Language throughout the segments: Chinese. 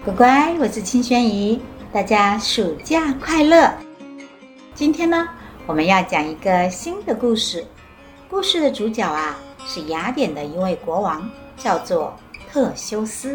乖乖，我是清轩姨，大家暑假快乐！今天呢，我们要讲一个新的故事。故事的主角是雅典的一位国王，叫做特修斯。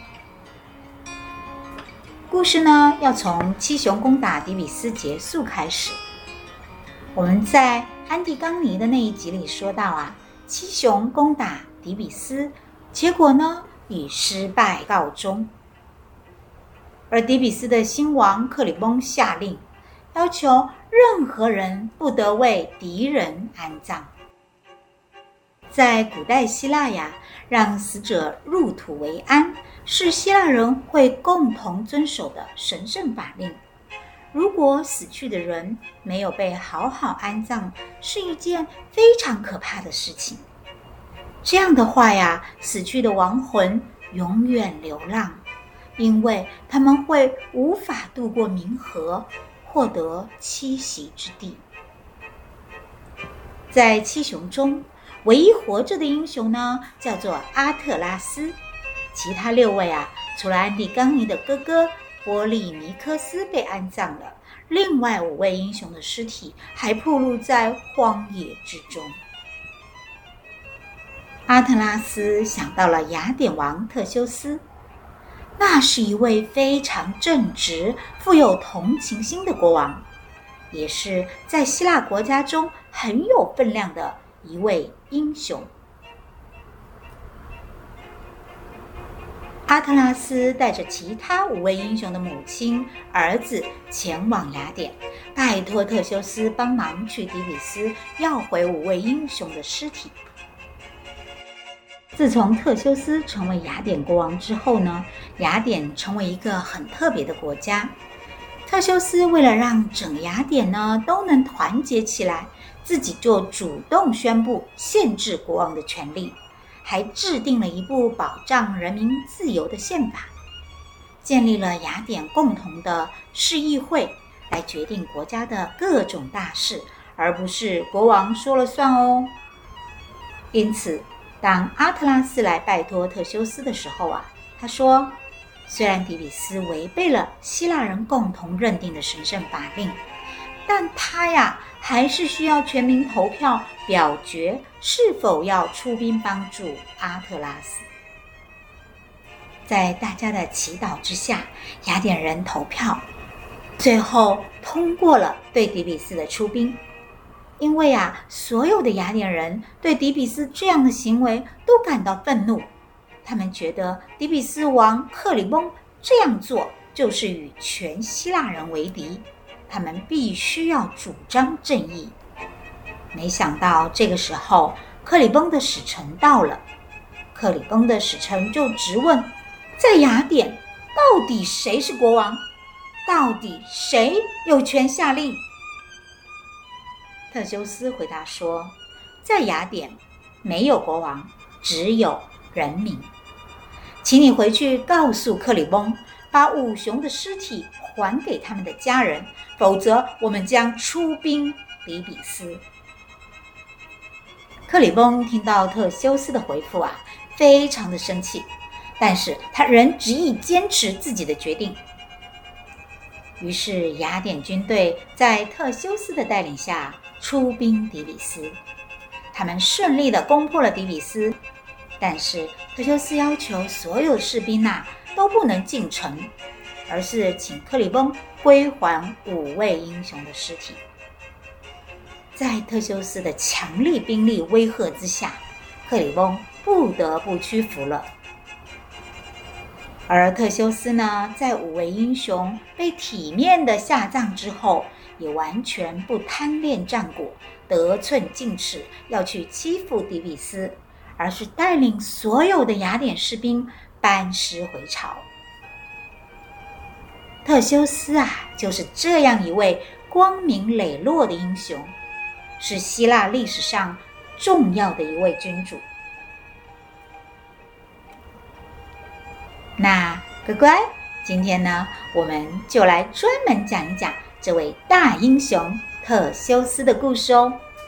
故事呢，要从七雄攻打底比斯结束开始。我们在安蒂冈尼的那一集里说到七雄攻打底比斯，结果呢，以失败告终。而底比斯的新王克里翁下令，要求任何人不得为敌人安葬。在古代希腊让死者入土为安，是希腊人会共同遵守的神圣法令。如果死去的人没有被好好安葬，是一件非常可怕的事情。这样的话死去的亡魂永远流浪，因为他们会无法渡过冥河，获得栖息之地。在七雄中，唯一活着的英雄呢，叫做阿特拉斯。其他6位除了安蒂冈尼的哥哥波利尼科斯被安葬了，另外5位英雄的尸体还暴露在荒野之中。阿特拉斯想到了雅典王特修斯，那是一位非常正直、富有同情心的国王，也是在希腊国家中很有分量的一位英雄。阿特拉斯带着其他5位英雄的母亲、儿子前往雅典，拜托特修斯帮忙去底比斯要回5位英雄的尸体。自从特修斯成为雅典国王之后呢，雅典成为一个很特别的国家。特修斯为了让整雅典呢都能团结起来，自己就主动宣布限制国王的权利，还制定了一部保障人民自由的宪法，建立了雅典共同的市议会，来决定国家的各种大事，而不是国王说了算哦。因此当阿特拉斯来拜托特修斯的时候他说，虽然底比斯违背了希腊人共同认定的神圣法令，但他还是需要全民投票表决是否要出兵帮助阿特拉斯。在大家的祈祷之下，雅典人投票，最后通过了对底比斯的出兵。因为所有的雅典人对底比斯这样的行为都感到愤怒，他们觉得底比斯王克里翁这样做就是与全希腊人为敌，他们必须要主张正义。没想到这个时候克里翁的使臣到了，克里翁的使臣就质问，在雅典到底谁是国王？到底谁有权下令？特修斯回答说，在雅典没有国王，只有人民。请你回去告诉克里翁，把5雄的尸体还给他们的家人，否则我们将出兵底比斯。克里翁听到特修斯的回复非常的生气，但是他仍执意坚持自己的决定。于是雅典军队在特修斯的带领下出兵底比斯，他们顺利地攻破了底比斯，但是特修斯要求所有士兵都不能进城，而是请克里翁归还5位英雄的尸体。在特修斯的强力兵力威吓之下，克里翁不得不屈服了。而特修斯呢，在5位英雄被体面的下葬之后，也完全不贪恋战果，得寸进尺，要去欺负底比斯，而是带领所有的雅典士兵班师回朝。特修斯就是这样一位光明磊落的英雄，是希腊历史上重要的一位君主。那乖乖，今天呢，我们就来专门讲一讲这位大英雄特修斯的故事哦。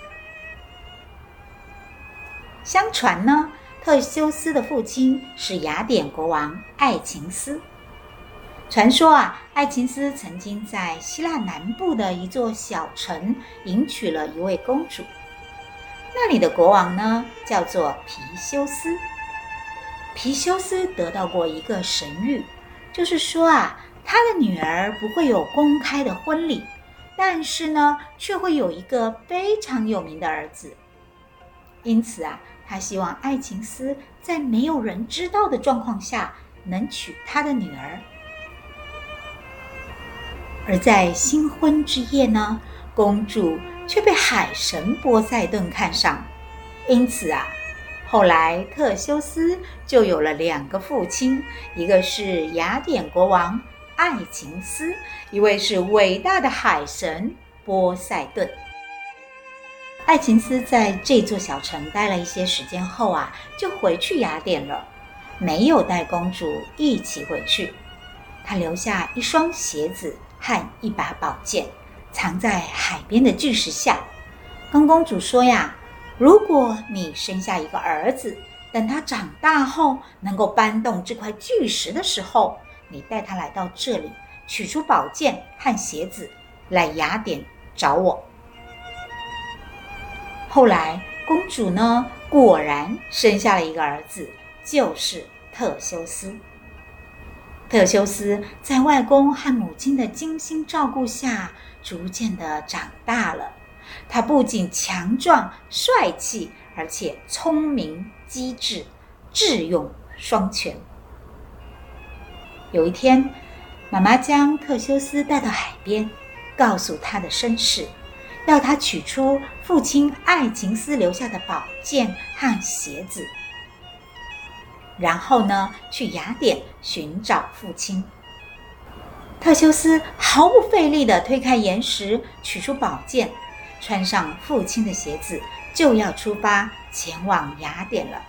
相传呢，特修斯的父亲是雅典国王爱琴斯。 传说啊，爱琴斯曾经在希腊南部的一座小城迎娶了一位公主。那里的国王呢，叫做皮修斯。皮修斯得到过一个神谕，就是说啊，他的女儿不会有公开的婚礼，但是呢，却会有一个非常有名的儿子。因此啊，他希望爱琴斯在没有人知道的状况下，能娶他的女儿。而在新婚之夜呢，公主却被海神波塞顿看上，因此啊，后来特修斯就有了2个父亲，一个是雅典国王爱琴斯，一位是伟大的海神波塞顿。爱琴斯在这座小城待了一些时间后啊，就回去雅典了，没有带公主一起回去。他留下一双鞋子和一把宝剑，藏在海边的巨石下，跟公主说呀，如果你生下一个儿子，等他长大后能够搬动这块巨石的时候，你带他来到这里，取出宝剑和鞋子，来雅典找我。后来公主呢，果然生下了一个儿子，就是特修斯。特修斯在外公和母亲的精心照顾下，逐渐的长大了。他不仅强壮帅气，而且聪明机智，智勇双全。有一天，妈妈将特修斯带到海边，告诉他的身世，要他取出父亲爱琴斯留下的宝剑和鞋子，然后呢，去雅典寻找父亲。特修斯毫不费力地推开岩石，取出宝剑，穿上父亲的鞋子，就要出发前往雅典了。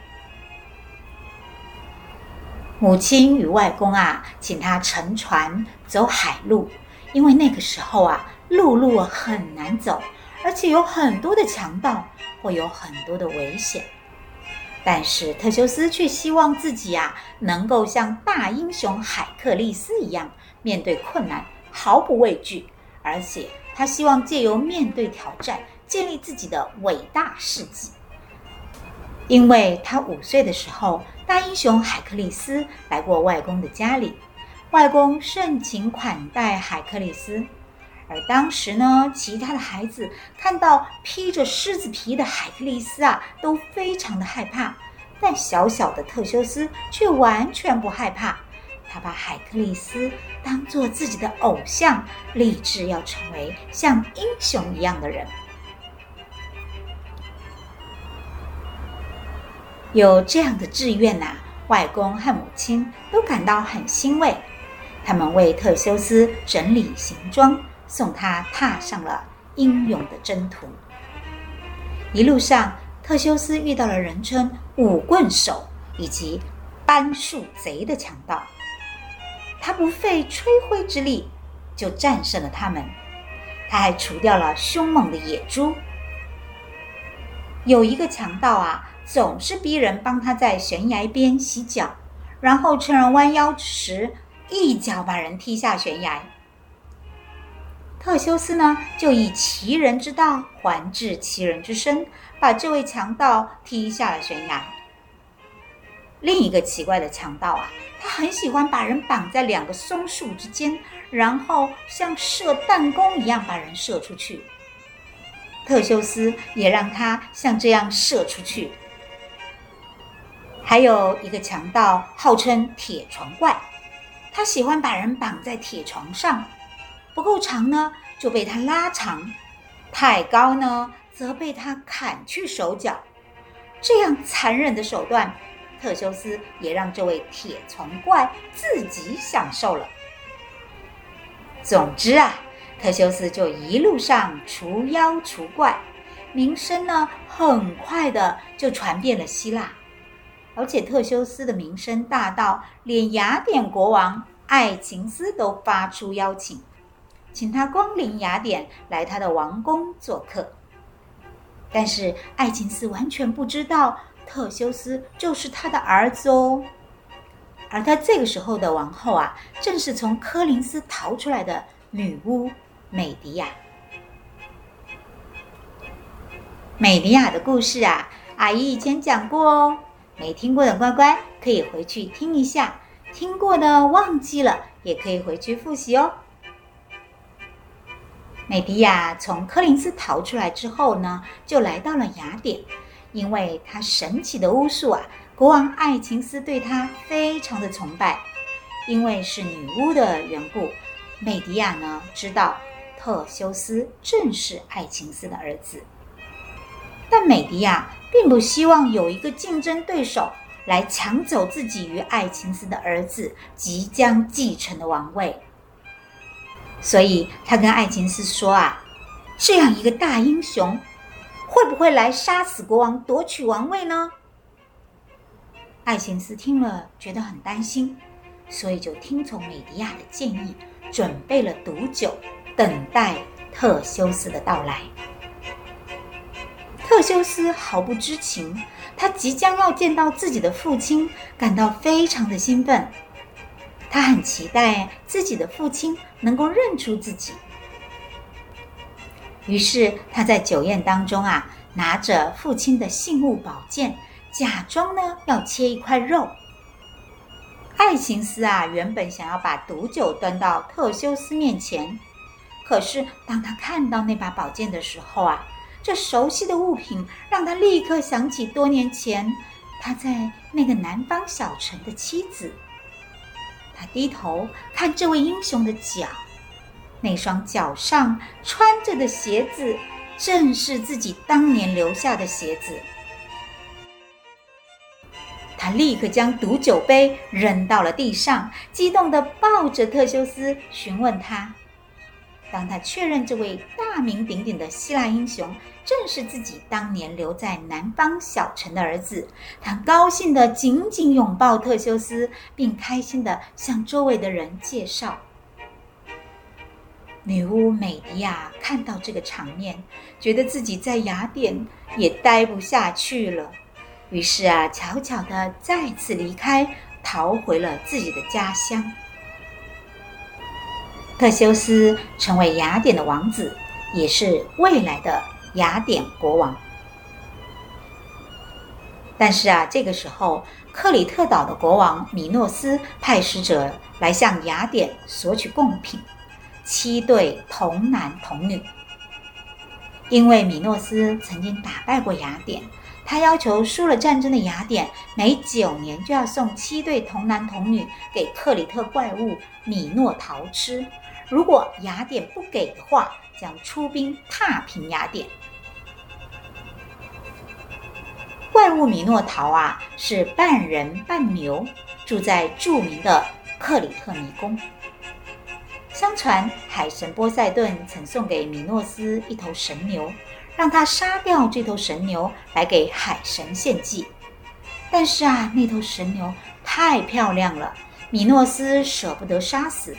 母亲与外公啊，请他乘船走海路，因为那个时候啊，陆路很难走，而且有很多的强盗，会有很多的危险。但是特修斯却希望自己啊，能够像大英雄海克力斯一样，面对困难毫不畏惧，而且他希望借由面对挑战，建立自己的伟大事迹。因为他5岁的时候，大英雄海克力斯来过外公的家里，外公盛情款待海克力斯。而当时呢，其他的孩子看到披着狮子皮的海克力斯啊，都非常的害怕，但小小的特修斯却完全不害怕。他把海克力斯当作自己的偶像，立志要成为像英雄一样的人。有这样的志愿啊，外公和母亲都感到很欣慰。他们为特修斯整理行装，送他踏上了英勇的征途。一路上，特修斯遇到了人称5棍手以及搬树贼的强盗，他不费吹灰之力就战胜了他们。他还除掉了凶猛的野猪。有一个强盗啊，总是逼人帮他在悬崖边洗脚，然后趁人弯腰时一脚把人踢下悬崖。特修斯呢，就以其人之道还治其人之身，把这位强盗踢下了悬崖。另一个奇怪的强盗啊，他很喜欢把人绑在2个松树之间，然后像射弹弓一样把人射出去。特修斯也让他像这样射出去。还有一个强盗号称铁床怪，他喜欢把人绑在铁床上，不够长呢就被他拉长，太高呢则被他砍去手脚。这样残忍的手段，特修斯也让这位铁床怪自己享受了。总之啊，特修斯就一路上除妖除怪，名声呢很快的就传遍了希腊。而且特修斯的名声大到连雅典国王爱琴斯都发出邀请，请他光临雅典，来他的王宫做客。但是爱琴斯完全不知道特修斯就是他的儿子哦。 而他这个时候的王后啊，正是从柯林斯逃出来的女巫美狄亚。美狄亚的故事啊，阿姨以前讲过哦，没听过的乖乖可以回去听一下，听过的忘记了也可以回去复习哦。美狄亚从柯林斯逃出来之后呢，就来到了雅典，因为她神奇的巫术啊，国王爱琴斯对她非常的崇拜。因为是女巫的缘故，美狄亚呢知道特修斯正是爱琴斯的儿子。但美狄亚并不希望有一个竞争对手来抢走自己与爱琴斯的儿子即将继承的王位，所以他跟爱琴斯说啊，这样一个大英雄会不会来杀死国王夺取王位呢？爱琴斯听了觉得很担心，所以就听从美狄亚的建议，准备了毒酒，等待特修斯的到来。特修斯毫不知情，他即将要见到自己的父亲，感到非常的兴奋。他很期待自己的父亲能够认出自己。于是他在酒宴当中啊，拿着父亲的信物宝剑，假装呢要切一块肉。爱琴斯啊，原本想要把毒酒端到特修斯面前，可是当他看到那把宝剑的时候啊，这熟悉的物品让他立刻想起多年前他在那个南方小城的妻子。他低头看这位英雄的脚，那双脚上穿着的鞋子正是自己当年留下的鞋子。他立刻将毒酒杯扔到了地上，激动地抱着特修斯询问他。当他确认这位大名鼎鼎的希腊英雄正是自己当年留在南方小城的儿子，他高兴地紧紧拥抱特修斯，并开心地向周围的人介绍。女巫美狄亚看到这个场面，觉得自己在雅典也待不下去了，于是啊，悄悄地再次离开，逃回了自己的家乡。特修斯成为雅典的王子，也是未来的雅典国王。但是啊，这个时候克里特岛的国王米诺斯派使者来向雅典索取贡品，7对童男童女。因为米诺斯曾经打败过雅典，他要求输了战争的雅典每9年就要送7对童男童女给克里特怪物米诺陶吃，如果雅典不给的话，将出兵踏平雅典。怪物米诺陶啊，是半人半牛，住在著名的克里特迷宫。相传海神波塞顿曾送给米诺斯一头神牛，让他杀掉这头神牛来给海神献祭。但是啊，那头神牛太漂亮了，米诺斯舍不得杀死，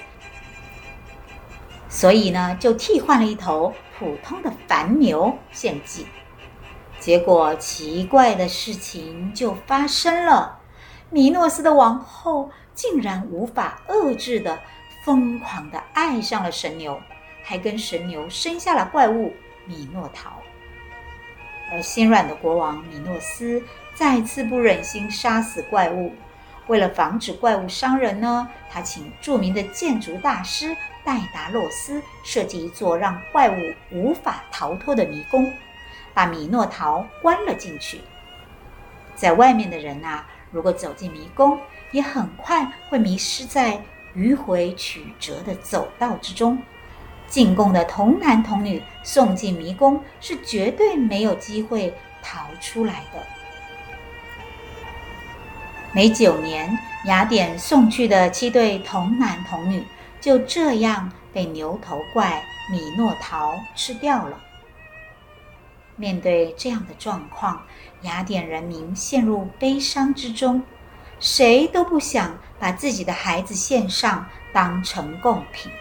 所以呢，就替换了一头普通的凡牛献祭。结果奇怪的事情就发生了，米诺斯的王后竟然无法遏制的疯狂的爱上了神牛，还跟神牛生下了怪物米诺陶。而心软的国王米诺斯再次不忍心杀死怪物，为了防止怪物伤人呢，他请著名的建筑大师戴达洛斯设计一座让怪物无法逃脱的迷宫，把米诺陶关了进去。在外面的人啊，如果走进迷宫，也很快会迷失在迂回曲折的走道之中。进贡的童男童女送进迷宫，是绝对没有机会逃出来的。每9年，雅典送去的7对童男童女就这样被牛头怪米诺陶吃掉了。面对这样的状况，雅典人民陷入悲伤之中，谁都不想把自己的孩子献上当成贡品。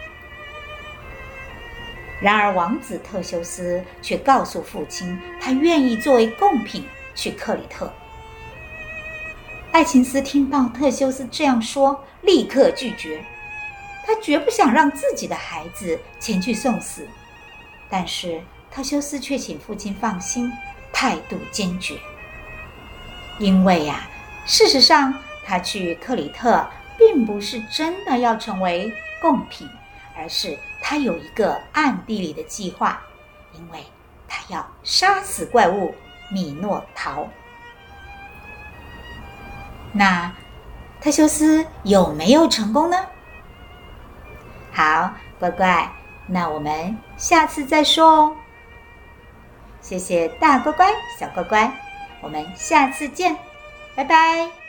然而王子特修斯却告诉父亲，他愿意作为贡品去克里特。 爱琴斯听到特修斯这样说，立刻拒绝。他绝不想让自己的孩子前去送死，但是特修斯却请父亲放心，态度坚决。因为事实上他去克里特并不是真的要成为贡品，而是他有一个暗地里的计划，因为他要杀死怪物米诺陶。那特修斯有没有成功呢？好，乖乖，那我们下次再说哦。谢谢大乖乖、小乖乖，我们下次见，拜拜。